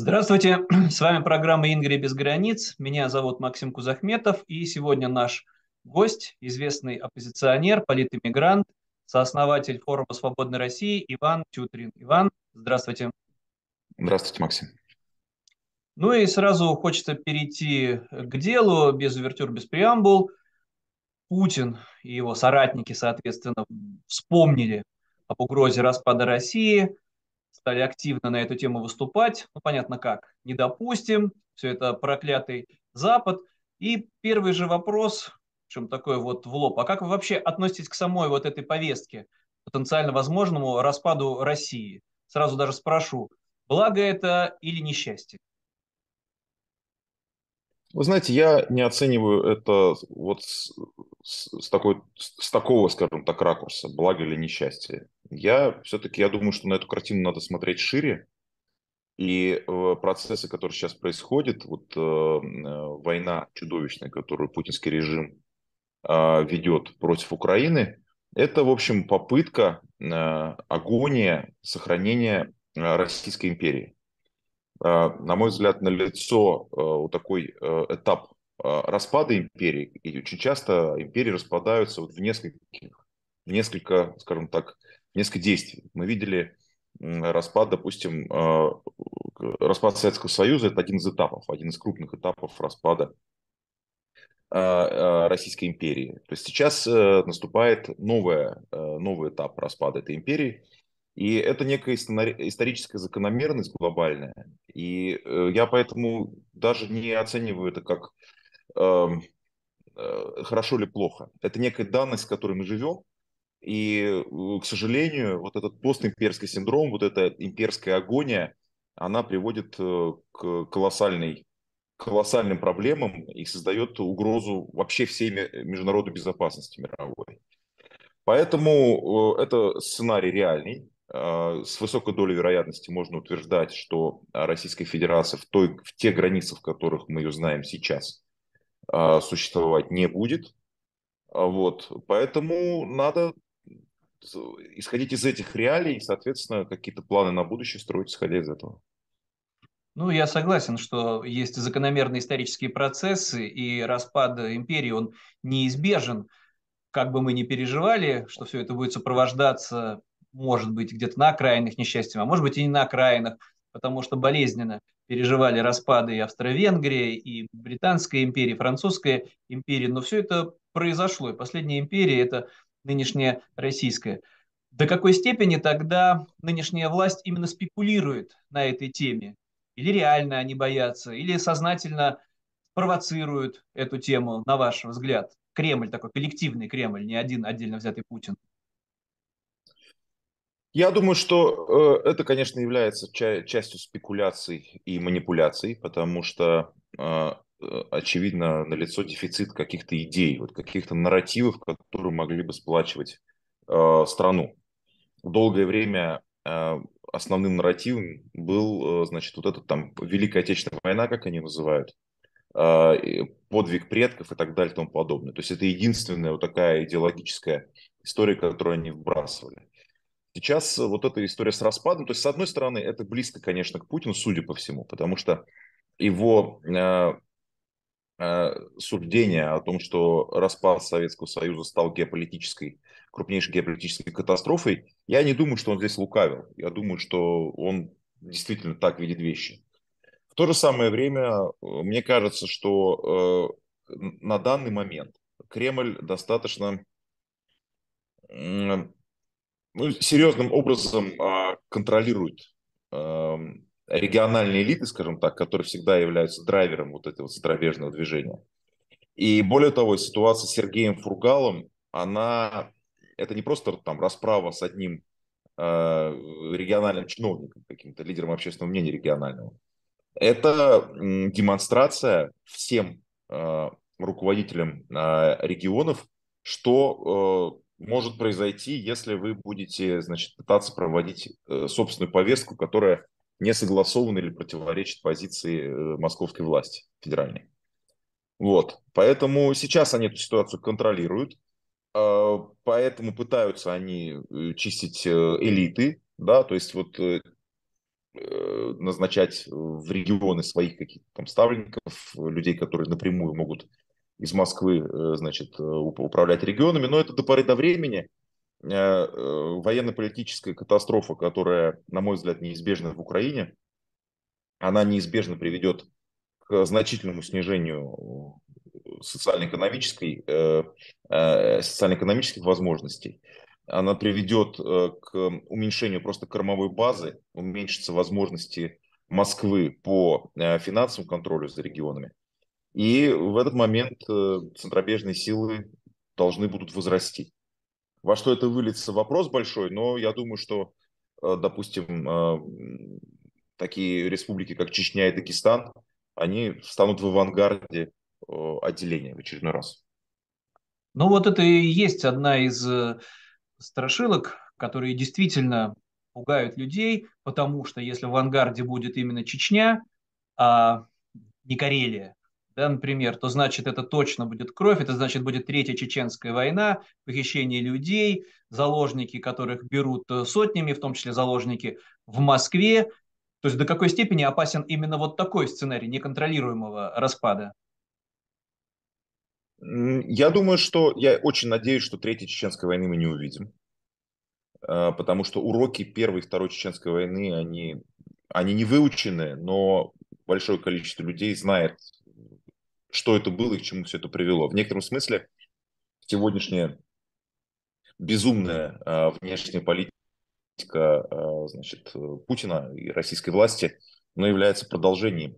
Здравствуйте, с вами программа «Ингрия без границ». Меня зовут Максим Кузахметов, и сегодня наш гость, известный оппозиционер, политэмигрант, сооснователь форума «Свободной России» Иван Тютрин. Иван, здравствуйте. Здравствуйте, Максим. Ну и сразу хочется перейти к делу, без увертюр, без преамбул. Путин и его соратники, соответственно, вспомнили об угрозе распада России, стали активно на эту тему выступать. Ну, понятно как. Не допустим. Все это проклятый Запад. И первый же вопрос, чем такой вот в лоб. А как вы вообще относитесь к самой вот этой повестке, потенциально возможному распаду России? Сразу даже спрошу, благо это или несчастье? Вы знаете, я не оцениваю это вот с такого, скажем так, ракурса, благо или несчастье. Я думаю, что на эту картину надо смотреть шире, и процессы, которые сейчас происходят, война чудовищная, которую путинский режим ведет против Украины, это, в общем, попытка, агония сохранения Российской империи. На мой взгляд, налицо вот такой этап распада империи. И очень часто империи распадаются вот в несколько, скажем так, несколько действий. Мы видели распад, допустим, распад Советского Союза – это один из этапов, один из крупных этапов распада Российской империи. То есть сейчас наступает новый этап распада этой империи, и это некая историческая закономерность глобальная. И я поэтому даже не оцениваю это как эм, хорошо или плохо. Это некая данность, с которой мы живем. И, к сожалению, вот этот постимперский синдром, вот эта имперская агония, она приводит к колоссальным проблемам и создает угрозу вообще всей международной безопасности мировой. Поэтому это сценарий реальный. С высокой долей вероятности можно утверждать, что Российская Федерация в тех границах, в которых мы ее знаем сейчас, существовать не будет. Вот. Поэтому надо исходить из этих реалий и, соответственно, какие-то планы на будущее строить, исходя из этого. Ну, я согласен, что есть закономерные исторические процессы, и распад империи, он неизбежен. Как бы мы ни переживали, что все это будет сопровождаться, может быть, где-то на окраинах несчастьем, а может быть и не на окраинах, потому что болезненно переживали распады и Австро-Венгрии, и Британская империя, и Французская империя, но все это произошло, и последняя империя – это нынешняя российская. До какой степени тогда нынешняя власть именно спекулирует на этой теме? Или реально они боятся, или сознательно провоцируют эту тему, на ваш взгляд? Кремль такой, коллективный Кремль, не один отдельно взятый Путин. Я думаю, что это, конечно, является частью спекуляций и манипуляций, потому что, очевидно, налицо дефицит каких-то идей, вот каких-то нарративов, которые могли бы сплачивать страну. Долгое время основным нарративом был, значит, вот эта там Великая Отечественная война, как они называют, и подвиг предков и так далее и тому подобное. То есть это единственная вот такая идеологическая история, которую они вбрасывали. Сейчас вот эта история с распадом, то есть, с одной стороны, это близко, конечно, к Путину, судя по всему, потому что его суждение о том, что распад Советского Союза стал крупнейшей геополитической катастрофой, я не думаю, что он здесь лукавил. Я думаю, что он действительно так видит вещи. В то же самое время, мне кажется, что на данный момент Кремль достаточно ну, серьезным образом контролирует региональные элиты, скажем так, которые всегда являются драйвером вот этого центробежного движения. И более того, ситуация с Сергеем Фургалом, это не просто там расправа с одним региональным чиновником, каким-то лидером общественного мнения регионального. Это демонстрация всем руководителям регионов, что может произойти, если вы будете, значит, пытаться проводить собственную повестку, которая не согласована или противоречит позиции московской власти федеральной. Вот. Поэтому сейчас они эту ситуацию контролируют, поэтому пытаются они чистить элиты, да, то есть вот назначать в регионы своих каких-то там ставленников, людей, которые напрямую могут из Москвы, значит, управлять регионами, но это до поры до времени. Военно-политическая катастрофа, которая, на мой взгляд, неизбежна в Украине, она неизбежно приведет к значительному снижению социально-экономических возможностей. Она приведет к уменьшению просто кормовой базы, уменьшатся возможности Москвы по финансовому контролю за регионами. И в этот момент центробежные силы должны будут возрасти. Во что это выльется, вопрос большой, но я думаю, что, допустим, такие республики, как Чечня и Дагестан, они станут в авангарде отделения в очередной раз. Ну вот это и есть одна из страшилок, которые действительно пугают людей, потому что если в авангарде будет именно Чечня, а не Карелия, да, например, то значит это точно будет кровь, это значит будет Третья Чеченская война, похищение людей, заложники, которых берут сотнями, в том числе заложники в Москве. То есть до какой степени опасен именно вот такой сценарий неконтролируемого распада? Я думаю, что я очень надеюсь, что Третьей Чеченской войны мы не увидим, потому что уроки Первой и Второй Чеченской войны, они не выучены, но большое количество людей знает, что это было и к чему все это привело. В некотором смысле сегодняшняя безумная внешняя политика, значит, Путина и российской власти, но является продолжением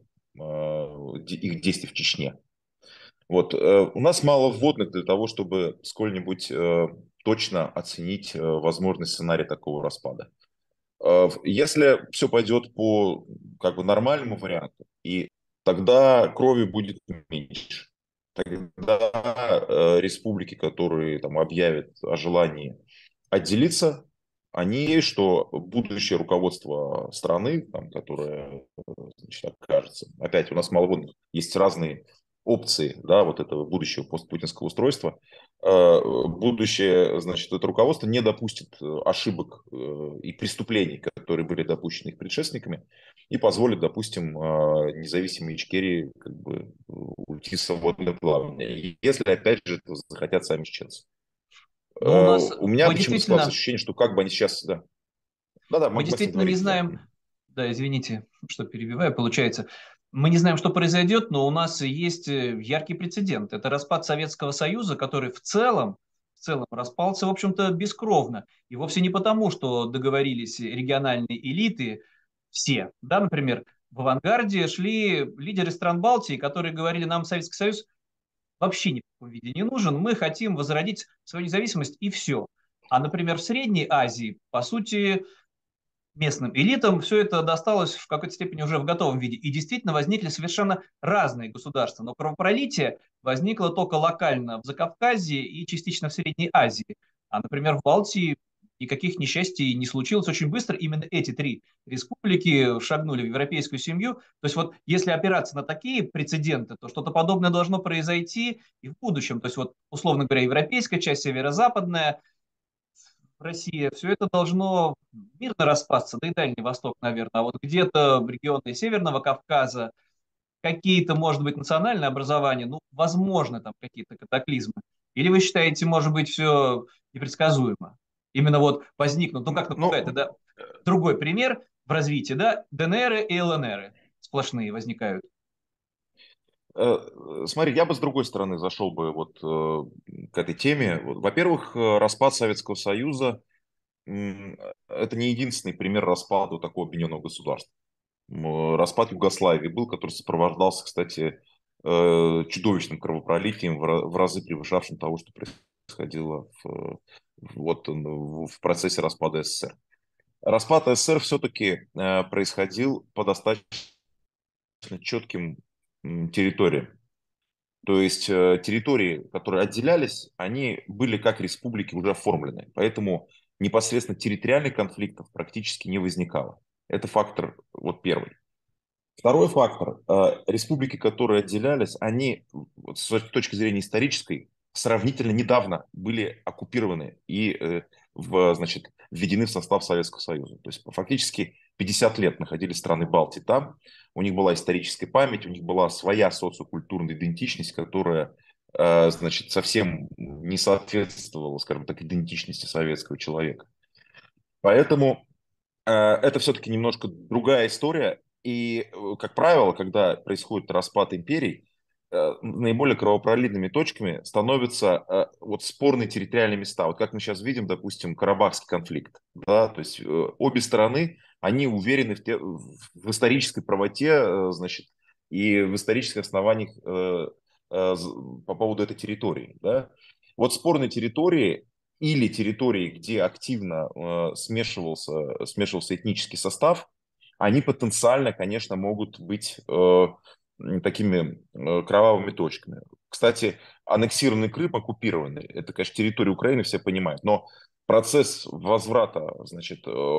их действий в Чечне. Вот. У нас мало вводных для того, чтобы сколь-нибудь точно оценить возможный сценарий такого распада. Если все пойдет по как бы нормальному варианту, и тогда крови будет меньше. Тогда республики, которые там объявят о желании отделиться, они, что будущее руководство страны, там, которое, значит, окажется, опять у нас маловодных, есть разные опции, да, вот этого будущего постпутинского устройства, будущее, значит, это руководство не допустит ошибок и преступлений, которые были допущены их предшественниками, и позволит, допустим, независимой Ичкерии как бы уйти в свободное плавание, если, опять же, это захотят сами чеченцы. Ну, у нас У меня мы почему-то складывается действительно, ощущение, что как бы они сейчас... Да, да, мы Максим, действительно не говорите, да. знаем, да, извините, что перебиваю, получается, мы не знаем, что произойдет, но у нас есть яркий прецедент. Это распад Советского Союза, который в целом распался, в общем-то, бескровно. И вовсе не потому, что договорились региональные элиты, все, да, например, в авангарде шли лидеры стран Балтии, которые говорили, нам Советский Союз вообще ни в каком виде не нужен, мы хотим возродить свою независимость и все. А, например, в Средней Азии, по сути, местным элитам все это досталось в какой-то степени уже в готовом виде. И действительно возникли совершенно разные государства. Но кровопролитие возникло только локально в Закавказье и частично в Средней Азии. А, например, в Балтии никаких несчастий не случилось очень быстро. Именно эти три республики шагнули в европейскую семью. То есть вот если опираться на такие прецеденты, то что-то подобное должно произойти и в будущем. То есть вот, условно говоря, европейская часть, северо-западная, Россия, все это должно мирно распасться, да и Дальний Восток, наверное. А вот где-то в регионе Северного Кавказа какие-то, может быть, национальные образования, ну, возможно, там какие-то катаклизмы. Или вы считаете, может быть, все непредсказуемо? Именно вот возникнут, ну, как напугать, Ну, тогда другой пример в развитии, да, ДНР и ЛНР сплошные возникают. Смотри, я бы с другой стороны зашел бы вот к этой теме. Вот, во-первых, распад Советского Союза это не единственный пример распада такого объединенного государства. Распад Югославии был, который сопровождался, кстати, чудовищным кровопролитием, в разы превышавшим того, что происходило вот, в процессе распада СССР. Распад СССР все-таки происходил по достаточно четким территориям. То есть территории, которые отделялись, они были как республики уже оформлены. Поэтому непосредственно территориальных конфликтов практически не возникало. Это фактор вот первый. Второй фактор. Республики, которые отделялись, они с точки зрения исторической сравнительно недавно были оккупированы и значит, введены в состав Советского Союза. То есть фактически 50 лет находились страны Балтии там, у них была историческая память, у них была своя социокультурная идентичность, которая, значит, совсем не соответствовала, скажем так, идентичности советского человека. Поэтому это все-таки немножко другая история. И, как правило, когда происходит распад империй, наиболее кровопролитными точками становятся вот спорные территориальные места. Вот как мы сейчас видим, допустим, Карабахский конфликт. Да? То есть обе стороны, они уверены в исторической правоте, значит, и в исторических основаниях по поводу этой территории. Да? Вот спорные территории или территории, где активно смешивался этнический состав, они потенциально, конечно, могут быть такими кровавыми точками. Кстати, аннексированный Крым, оккупированный, это, конечно, территория Украины, все понимают, но процесс возврата, значит,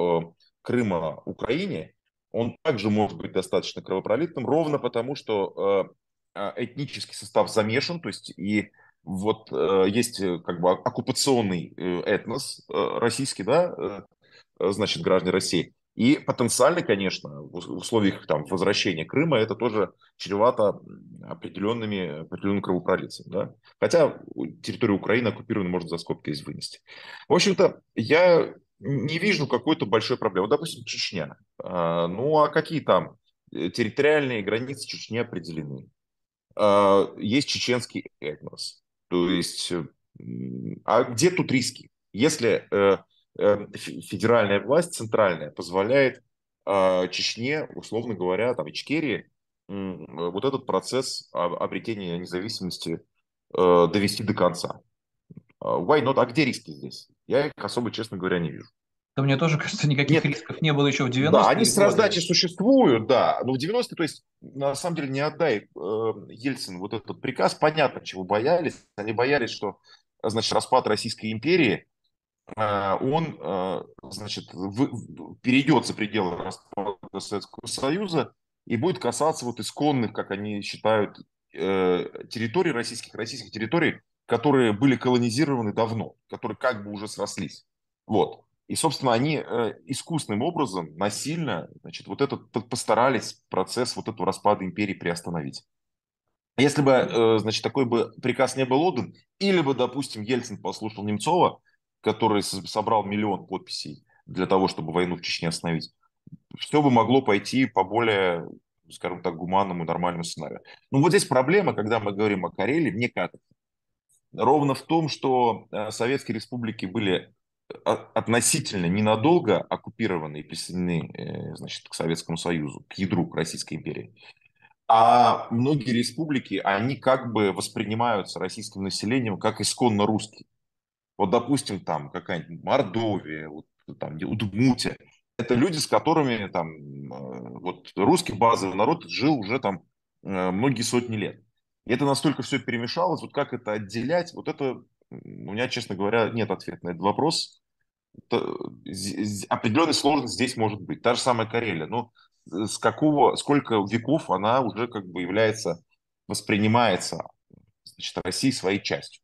Крыма Украине, он также может быть достаточно кровопролитным, ровно потому, что этнический состав замешан, то есть и вот есть как бы оккупационный этнос российский, да, значит, граждане России. И потенциально, конечно, в условиях там, возвращения Крыма это тоже чревато определенным кровопролитием. Да? Хотя территория Украины оккупирована, можно за скобки здесь вынести. В общем-то, я не вижу какой-то большой проблемы. Вот, допустим, Чечня. Ну, а какие там территориальные границы Чечни определены? Есть чеченский этнос. То есть, а где тут риски? Если федеральная власть, центральная, позволяет Чечне, условно говоря, там, Ичкерии, вот этот процесс обретения независимости довести до конца. Why not? А где риски здесь? Я их особо, честно говоря, не вижу. То мне тоже кажется, никаких Нет, рисков не было еще в да, они 90-е с годы. раздачи существуют, да, но в 90-е, то есть, на самом деле, не отдай Ельцин вот этот приказ, понятно, чего боялись. Они боялись, что, значит, распад Российской империи, он, значит, перейдет за пределы распада Советского Союза и будет касаться вот исконных, как они считают, территорий российских территорий, которые были колонизированы давно, которые как бы уже срослись. Вот. И, собственно, они искусственным образом, насильно, значит, вот этот постарались процесс вот этого распада империи приостановить. Если бы, значит, такой бы приказ не был отдан, или бы, допустим, Ельцин послушал Немцова, который собрал миллион подписей для того, чтобы войну в Чечне остановить, все бы могло пойти по более, скажем так, гуманному и нормальному сценарию. Ну вот здесь проблема, когда мы говорим о Карелии, мне кажется, ровно в том, что советские республики были относительно ненадолго оккупированы и присоединены, значит, к Советскому Союзу, к ядру, к Российской империи. А многие республики, они как бы воспринимаются российским населением как исконно русские. Вот, допустим, там какая-нибудь Мордовия, вот, там, Удмуртия. Это люди, с которыми там вот русский базовый народ жил уже там многие сотни лет. И это настолько все перемешалось, вот как это отделять, вот это у меня, честно говоря, нет ответа на этот вопрос. Определенная сложность здесь может быть. Та же самая Карелия. Ну, сколько веков она уже как бы воспринимается, значит, Россией своей частью.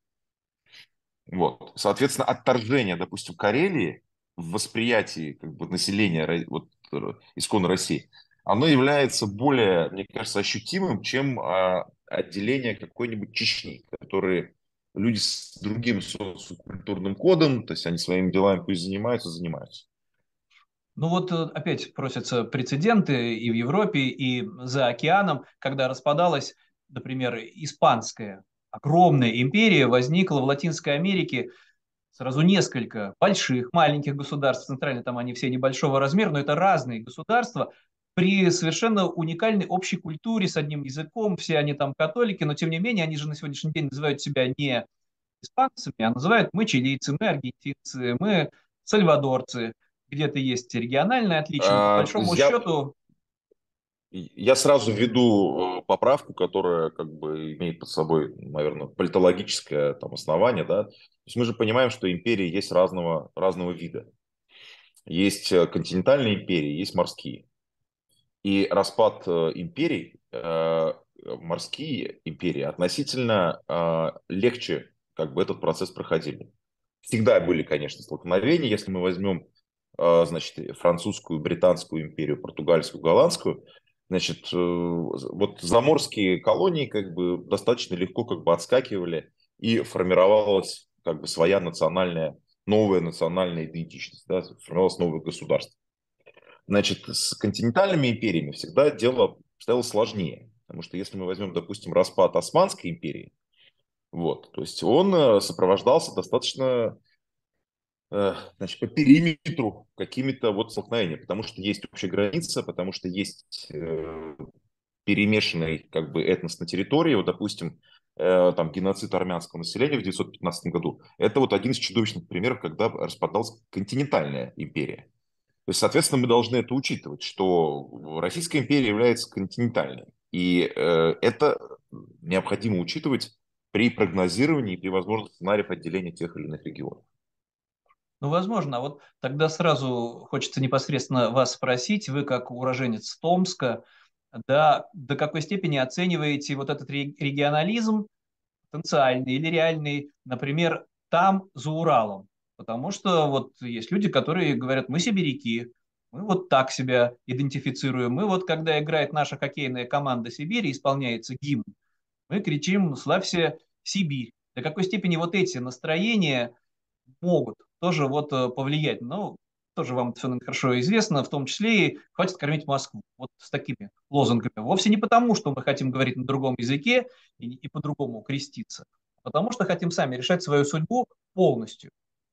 Вот. Соответственно, отторжение, допустим, Карелии в восприятии как бы, населения вот, исконно России, оно является более, мне кажется, ощутимым, чем отделение какой-нибудь Чечни, которые люди с другим социокультурным кодом, то есть они своими делами пусть занимаются. Ну вот опять просятся прецеденты и в Европе, и за океаном, когда распадалась, например, испанская огромная империя, возникла в Латинской Америке сразу несколько больших, маленьких государств, центрально там они все небольшого размера, но это разные государства, при совершенно уникальной общей культуре, с одним языком, все они там католики, но тем не менее они же на сегодняшний день называют себя не испанцами, а называют мы чилийцы, мы аргентинцы, мы сальвадорцы. Где-то есть региональное отличие, но по большому Я, счету, я сразу введу поправку, которая как бы имеет под собой, наверное, политологическое там, основание, да. То есть мы же понимаем, что империи есть разного вида. Есть континентальные империи, есть морские. И распад империй, морские империи относительно легче как бы этот процесс проходили. Всегда были, конечно, столкновения. Если мы возьмем, значит, французскую, британскую империю, португальскую, голландскую, значит, вот заморские колонии как бы достаточно легко как бы отскакивали, и формировалась как бы своя национальная, новая национальная идентичность, да, формировалось новое государство. Значит, с континентальными империями всегда дело стало сложнее, потому что если мы возьмем, допустим, распад Османской империи, вот, то есть он сопровождался достаточно значит, по периметру какими-то вот столкновениями, потому что есть общая граница, потому что есть перемешанный как бы этнос на территории, вот, допустим, там геноцид армянского населения в 915 году, это вот один из чудовищных примеров, когда распадалась континентальная империя. То есть, соответственно, мы должны это учитывать, что Российская империя является континентальной, и это необходимо учитывать при прогнозировании и при возможных сценариях отделения тех или иных регионов. Ну, возможно. А вот тогда сразу хочется непосредственно вас спросить, вы как уроженец Томска, да, до какой степени оцениваете вот этот регионализм, потенциальный или реальный, например, там, за Уралом? Потому что вот есть люди, которые говорят, мы сибиряки, мы вот так себя идентифицируем. Мы вот, когда играет наша хоккейная команда Сибири, исполняется гимн, мы кричим «Славься, Сибирь». До какой степени вот эти настроения могут тоже вот повлиять? Ну, тоже вам это все хорошо известно, в том числе и «Хватит кормить Москву». Вот с такими лозунгами. Вовсе не потому, что мы хотим говорить на другом языке и по-другому креститься, а потому что хотим сами решать свою судьбу полностью.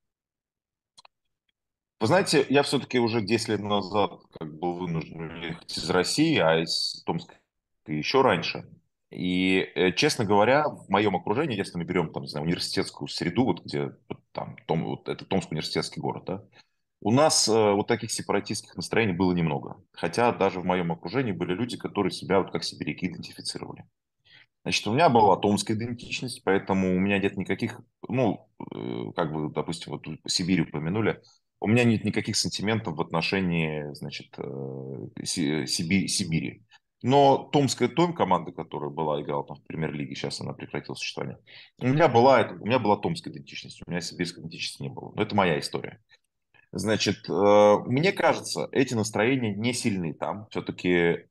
Вы знаете, я все-таки уже 10 лет назад как был вынужден уехать из России, а из Томска еще раньше. И, честно говоря, в моем окружении, если мы берем там, не знаю, университетскую среду, вот где вот там, вот это Томский университетский город, да, у нас вот таких сепаратистских настроений было немного. Хотя даже в моем окружении были люди, которые себя вот как сибиряки идентифицировали. Значит, у меня была томская идентичность, поэтому у меня нет никаких, ну, как бы, допустим, вот тут Сибирь упомянули, у меня нет никаких сантиментов в отношении, значит, Сибири. Но Томская Том, команда, которая была, играла там в премьер-лиге, сейчас она прекратила существование, у меня была томская идентичность, у меня сибирской идентичности не было. Но это моя история. Значит, мне кажется, эти настроения не сильны там. Все-таки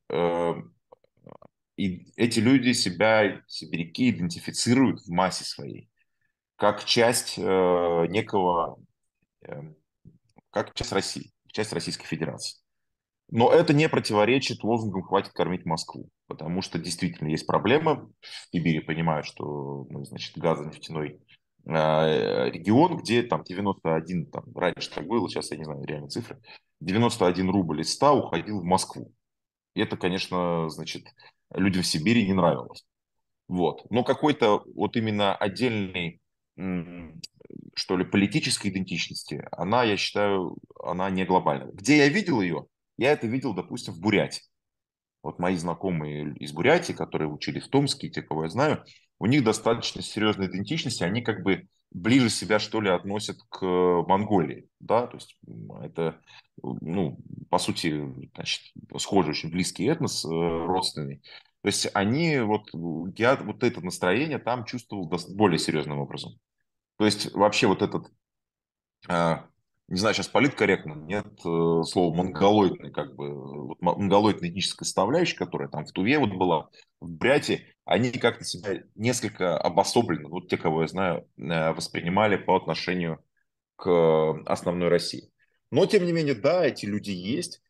и эти люди себя, сибиряки, идентифицируют в массе своей, как часть некого, э, как часть России, часть Российской Федерации. Но это не противоречит лозунгам «хватит кормить Москву», потому что действительно есть проблемы. В Сибири понимают, что ну, значит, газонефтяной регион, где там 91, там, раньше так было, сейчас я не знаю реальные цифры, 91 рубль из 100 уходил в Москву. И это, конечно, значит, людям в Сибири не нравилось. Вот. Но какой-то вот именно отдельной, что ли, политической идентичности, она, я считаю, она не глобальная. Где я видел ее? Я это видел, допустим, в Бурятии. Вот мои знакомые из Бурятии, которые учились в Томске, те, кого я знаю, у них достаточно серьезная идентичность, и они как бы ближе себя, что ли, относят к Монголии, да, то есть это, ну, по сути, значит, схожий, очень близкий этнос, родственный. То есть они, вот, я вот это настроение там чувствовал более серьезным образом. То есть вообще вот этот а, не знаю, сейчас политкорректно, нет слова монголоидный, как бы, вот монголоидная этническая составляющая, которая там в Туве вот была, в Бряте, они как-то себя несколько обособленно, вот те, кого я знаю, воспринимали по отношению к основной России. Но, тем не менее, да, эти люди есть,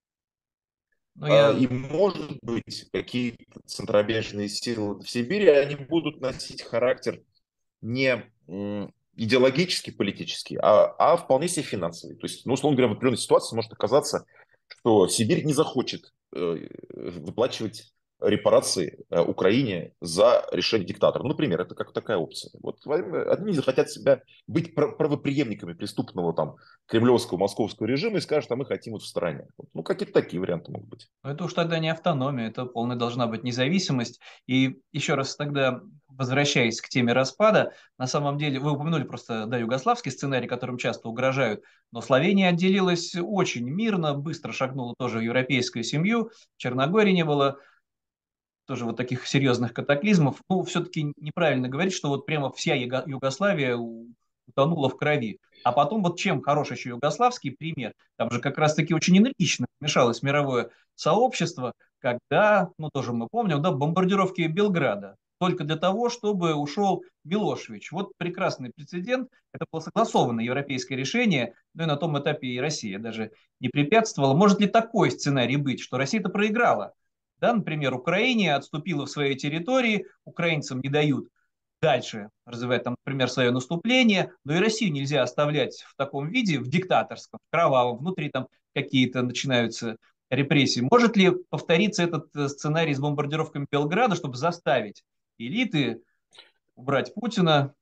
Но я и, может быть, какие-то центробежные силы в Сибири, они будут носить характер не идеологический, политический, а вполне себе финансовый. То есть, ну, условно говоря, в определенной ситуации может оказаться, что Сибирь не захочет выплачивать репарации Украине за решение диктатора. Ну, например, это как такая опция. Вот одни захотят себя быть правопреемниками преступного там кремлевского, московского режима и скажут, а мы хотим вот в стороне. Вот, ну, какие-то такие варианты могут быть. Но это уж тогда не автономия, это полная должна быть независимость. И еще раз тогда, возвращаясь к теме распада, на самом деле, вы упомянули просто, да, югославский сценарий, которым часто угрожают, но Словения отделилась очень мирно, быстро шагнула тоже в европейскую семью, в Черногории не было тоже вот таких серьезных катаклизмов. Ну, все-таки неправильно говорить, что вот прямо вся Югославия утонула в крови. А потом вот чем хорош еще югославский пример, там же как раз-таки очень энергично вмешалось мировое сообщество, когда, ну тоже мы помним, да, бомбардировки Белграда, только для того, чтобы ушел Милошевич. Вот прекрасный прецедент, это было согласованное европейское решение, ну и на том этапе и Россия даже не препятствовала. Может ли такой сценарий быть, что Россия-то проиграла? Да, например, Украине отступила в своей территории, украинцам не дают дальше развивать, там, например, свое наступление, но и Россию нельзя оставлять в таком виде, в диктаторском, в кровавом, внутри там какие-то начинаются репрессии. Может ли повториться этот сценарий с бомбардировками Белграда, чтобы заставить элиты убрать Путина?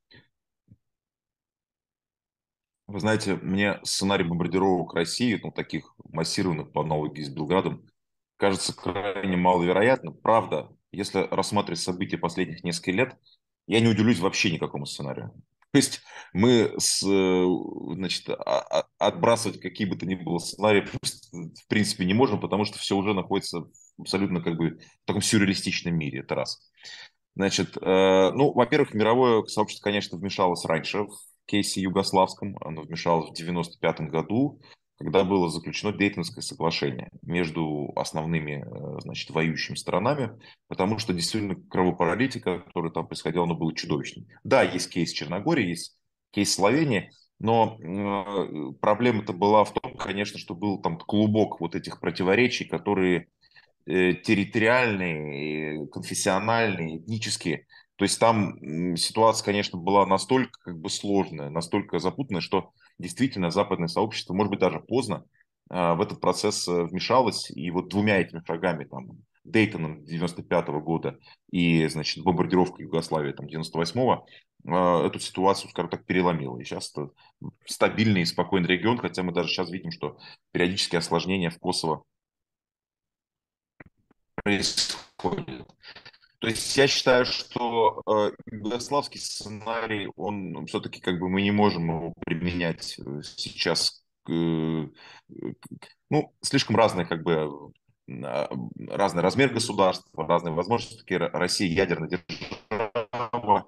Вы знаете, мне сценарий бомбардировок России, ну, таких массированных по аналогии с Белградом, кажется крайне маловероятным. Правда, если рассматривать события последних нескольких лет, я не удивлюсь вообще никакому сценарию. То есть мы значит, отбрасывать какие бы то ни было сценарии просто, в принципе не можем, потому что все уже находится абсолютно как бы в таком сюрреалистичном мире. Это раз. Значит, ну, во-первых, мировое сообщество, конечно, вмешалось раньше в кейсе югославском. Оно вмешалось в 1995 году, когда было заключено Дейтонское соглашение между основными, значит, воюющими сторонами, потому что действительно кровопролитие, которое там происходило, оно было чудовищным. Да, есть кейс Черногории, есть кейс Словении, но проблема-то была в том, конечно, что был там клубок вот этих противоречий, которые территориальные, конфессиональные, этнические. То есть там ситуация, конечно, была настолько как бы сложная, настолько запутанная, что действительно западное сообщество, может быть, даже поздно в этот процесс вмешалось. И вот двумя этими шагами, там, Дейтоном 95 года и, значит, бомбардировкой Югославии там, 98-го, эту ситуацию, скажем так, переломила. И сейчас это стабильный и спокойный регион, хотя мы даже сейчас видим, что периодически осложнения в Kosovo происходят. То есть я считаю, что югославский сценарий, он все-таки как бы мы не можем его применять сейчас. Ну, слишком разные как бы разный размер государства, разные возможности. Все-таки Россия ядерная держава.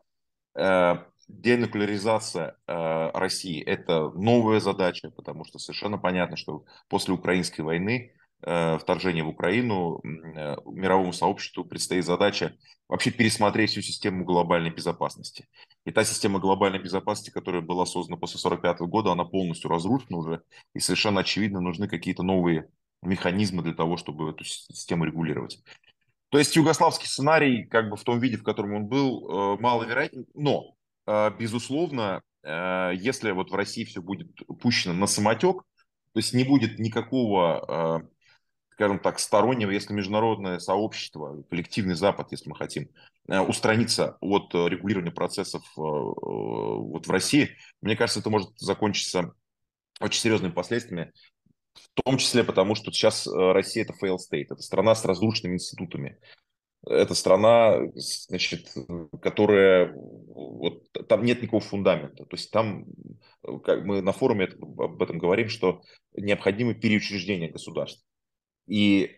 Денуклеаризация России – это новая задача, потому что совершенно понятно, что после Украинской войны, вторжения в Украину, мировому сообществу предстоит задача вообще пересмотреть всю систему глобальной безопасности. И та система глобальной безопасности, которая была создана после 1945 года, она полностью разрушена уже, и совершенно очевидно нужны какие-то новые механизмы для того, чтобы эту систему регулировать. То есть югославский сценарий, как бы в том виде, в котором он был, маловероятен, но, безусловно, если вот в России все будет пущено на самотек, то есть не будет никакого, скажем так, стороннего, если международное сообщество, коллективный Запад, если мы хотим, устраниться от регулирования процессов вот в России, мне кажется, это может закончиться очень серьезными последствиями, в том числе потому, что сейчас Россия это fail state, это страна с разрушенными институтами. Это страна, значит, которая вот, там нет никакого фундамента. То есть там, как мы на форуме об этом говорим, что необходимо переучреждение государства. И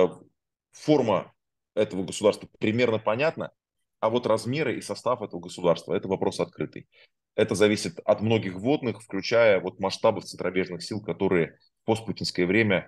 форма этого государства примерно понятна, а вот размеры и состав этого государства – это вопрос открытый. Это зависит от многих вводных, включая вот масштабов центробежных сил, которые в постпутинское время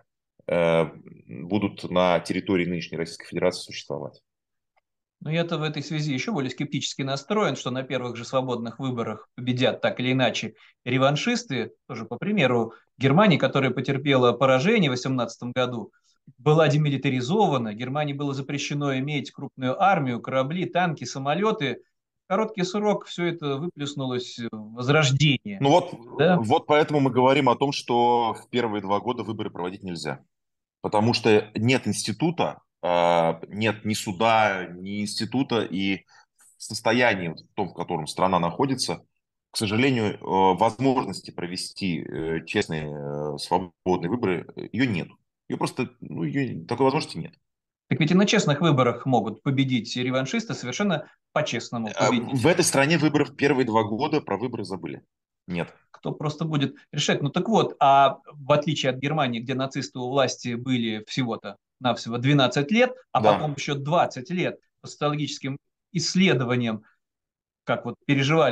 будут на территории нынешней Российской Федерации существовать. Но я-то в этой связи еще более скептически настроен, что на первых же свободных выборах победят так или иначе реваншисты, тоже по примеру Германии, которая потерпела поражение в 2018 году, была демилитаризована, Германии было запрещено иметь крупную армию, корабли, танки, самолеты. В короткий срок все это выплеснулось в возрождение. Ну вот, Да? вот поэтому мы говорим о том, что в первые 2 года выборы проводить нельзя. Потому что нет института, нет ни суда, ни института, и в состоянии, в том, в котором страна находится, к сожалению, возможности провести честные, свободные выборы, ее нет. Ее просто, ну, такой возможности нет. Так ведь и на честных выборах могут победить реваншисты, совершенно по-честному В победить. этой стране выборов первые 2 года про выборы забыли. Нет. Кто просто будет решать. Ну так вот, а в отличие от Германии, где нацисты у власти были всего-то навсего 12 лет, а потом Да. еще 20 лет по социологическим исследованиям, как вот переживали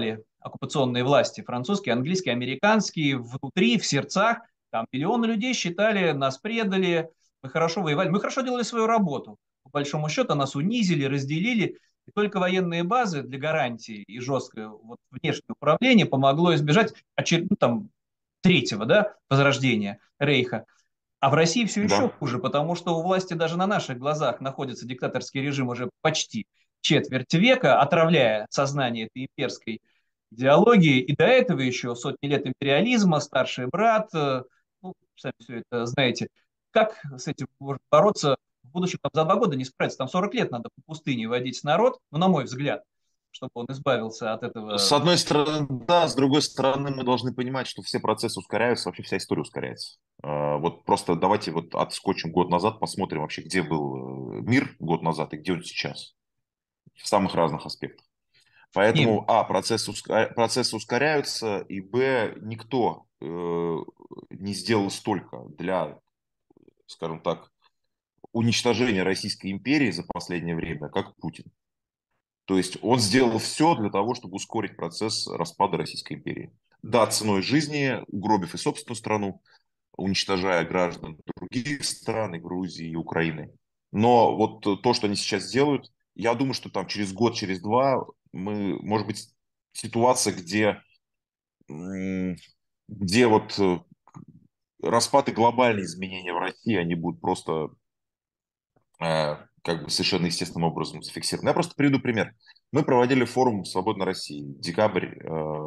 оккупационные власти, французские, английские, американские, внутри, в сердцах, там миллионы людей считали, нас предали, мы хорошо воевали, мы хорошо делали свою работу. По большому счету нас унизили, разделили, и только военные базы для гарантии и жесткое вот, внешнее управление помогло избежать ну, там, третьего, да, возрождения Рейха. А в России все еще Да. хуже, потому что у власти даже на наших глазах находится диктаторский режим уже почти четверть века, отравляя сознание этой имперской идеологии. И до этого еще сотни лет империализма, старший брат, ну, сами все это знаете. Как с этим можно бороться в будущем? Там, за 2 года не справиться, там 40 лет надо по пустыне водить народ, ну, на мой взгляд, чтобы он избавился от С этого. одной стороны, да, с другой стороны, мы должны понимать, что все процессы ускоряются, вообще вся история ускоряется. Вот просто давайте вот отскочим год назад, посмотрим вообще, где был мир год назад и где он сейчас. В самых разных аспектах. Не, Поэтому, процессы ускоряются, и, никто не сделал столько для, скажем так, уничтожения Российской империи за последнее время, как Путин. То есть он сделал все для того, чтобы ускорить процесс распада Российской империи. Да, ценой жизни, угробив и собственную страну, уничтожая граждан других стран, и Грузии, и Украины. Но вот то, что они сейчас делают, я думаю, что там через год, через два, может быть, ситуация, где вот распад и глобальные изменения в России, они будут просто как бы совершенно естественным образом зафиксированы. Я просто приведу пример. Мы проводили форум «Свободной России», декабрь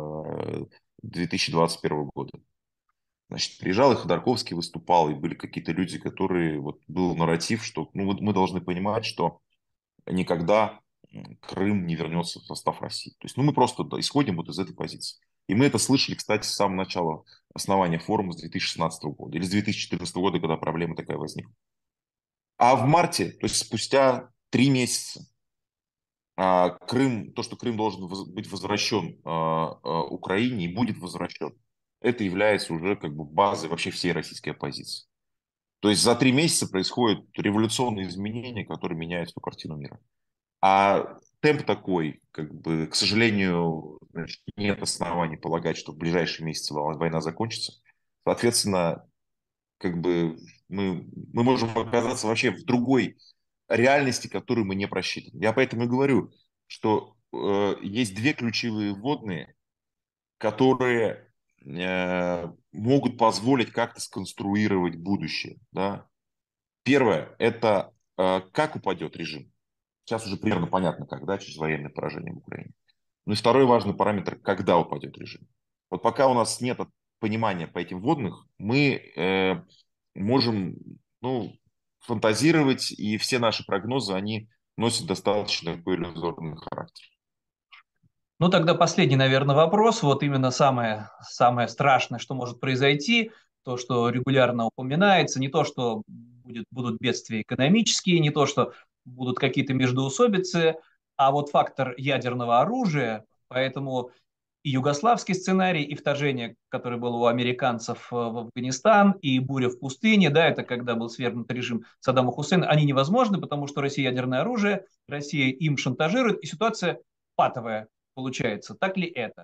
2021 года. Значит, приезжал и Ходорковский выступал, и были какие-то люди, которые, вот был нарратив, что ну, вот мы должны понимать, что никогда Крым не вернется в состав России. То есть, ну, мы просто да, исходим вот из этой позиции. И мы это слышали, кстати, с самого начала основания форума с 2016 года или с 2014 года, когда проблема такая возникла. А в марте, то есть спустя 3 месяца, Крым, то, что Крым должен быть возвращен Украине и будет возвращен, это является уже как бы базой вообще всей российской оппозиции. То есть за 3 месяца происходят революционные изменения, которые меняют всю картину мира. А темп такой, как бы, к сожалению, значит, нет оснований полагать, что в ближайшие месяцы война закончится. Соответственно, как бы мы можем оказаться вообще в другой реальности, которую мы не просчитываем. Я поэтому и говорю, что есть две ключевые вводные, которые могут позволить как-то сконструировать будущее. Да? Первое – это как упадет режим. Сейчас уже примерно понятно, когда, через военное поражение в Украине. Ну и второй важный параметр – когда упадет режим. Вот пока у нас нет понимания по этим вводных, мы можем ну, фантазировать, и все наши прогнозы, они носят достаточно такой иллюзорный характер. ну, тогда последний, наверное, вопрос. Вот именно самое страшное, что может произойти, то, что регулярно упоминается, не то, что будут бедствия экономические, не то, что будут какие-то междоусобицы, а вот фактор ядерного оружия. Поэтому и югославский сценарий, и вторжение, которое было у американцев в Афганистан, и буря в пустыне, да, это когда был свергнут режим Саддама Хусейна, они невозможны, потому что Россия ядерное оружие, Россия им шантажирует, и ситуация патовая получается. Так ли это?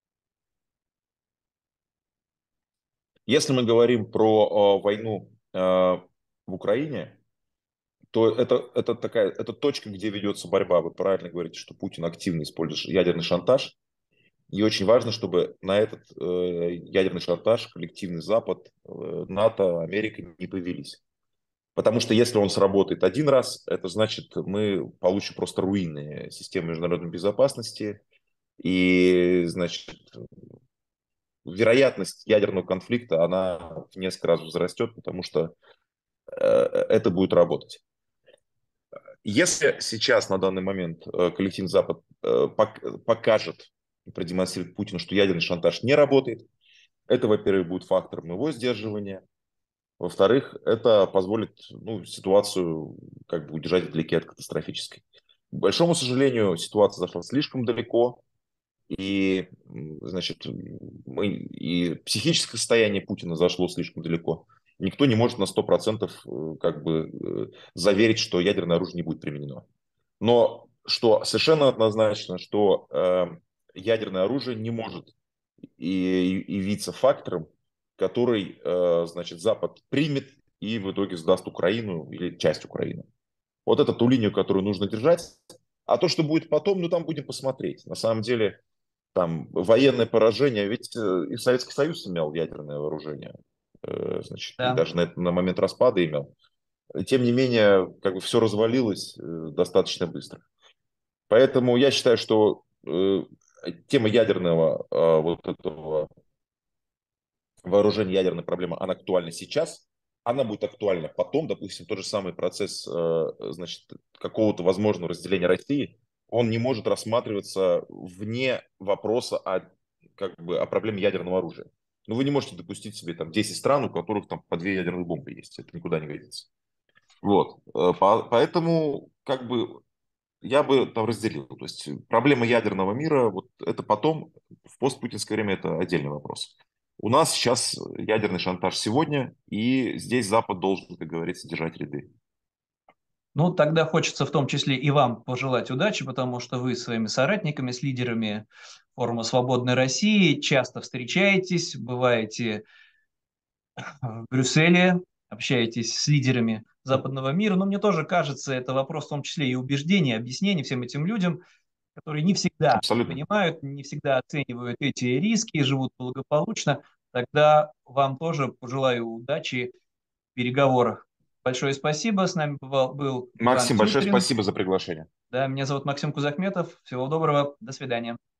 Если мы говорим про войну в Украине, то это точка, где ведется борьба. Вы правильно говорите, что Путин активно использует ядерный шантаж. И очень важно, чтобы на этот ядерный шантаж коллективный Запад, НАТО, Америка не повелись. Потому что если он сработает один раз, это значит, мы получим просто руины системы международной безопасности. И, значит, вероятность ядерного конфликта, она в несколько раз возрастет, потому что это будет работать. Если сейчас, на данный момент, коллективный Запад покажет, продемонстрирует Путину, что ядерный шантаж не работает, это, во-первых, будет фактором его сдерживания. Во-вторых, это позволит ну, ситуацию как бы удержать вдалеке от катастрофической. К большому сожалению, ситуация зашла слишком далеко, и, значит, и психическое состояние Путина зашло слишком далеко. Никто не может на 100% как бы заверить, что ядерное оружие не будет применено. Но что совершенно однозначно, что ядерное оружие не может явиться фактором, который, значит, Запад примет и в итоге сдаст Украину или часть Украины. Вот это ту линию, которую нужно держать. А то, что будет потом, ну там будем посмотреть. На самом деле, там военное поражение, ведь и Советский Союз имел ядерное вооружение, значит, и Да. даже на момент распада имел. Тем не менее, как бы все развалилось достаточно быстро. Поэтому я считаю, что тема ядерного вот этого вооружения, ядерной проблемы, она актуальна сейчас, она будет актуальна потом, допустим, тот же самый процесс, значит, какого-то возможного разделения России, он не может рассматриваться вне вопроса как бы, о проблеме ядерного оружия. Ну, вы не можете допустить себе там 10 стран, у которых там по 2 ядерных бомбы есть. Это никуда не годится. Вот. Поэтому, как бы, я бы там разделил. То есть проблема ядерного мира, вот это потом, в постпутинское время это отдельный вопрос. У нас сейчас ядерный шантаж сегодня, и здесь Запад должен, как говорится, держать ряды. Ну, тогда хочется в том числе и вам пожелать удачи, потому что вы с своими соратниками, с лидерами форума «Свободной России» часто встречаетесь, бываете в Брюсселе, общаетесь с лидерами западного мира. Но мне тоже кажется, это вопрос в том числе и убеждений, объяснений всем этим людям, которые не всегда Абсолютно. понимают, не всегда оценивают эти риски, живут благополучно. Тогда вам тоже пожелаю удачи в переговорах. Большое спасибо. С нами был Иван Максим, большое Тюрин. спасибо за приглашение. Да, меня зовут Максим Кузахметов. Всего доброго. До свидания.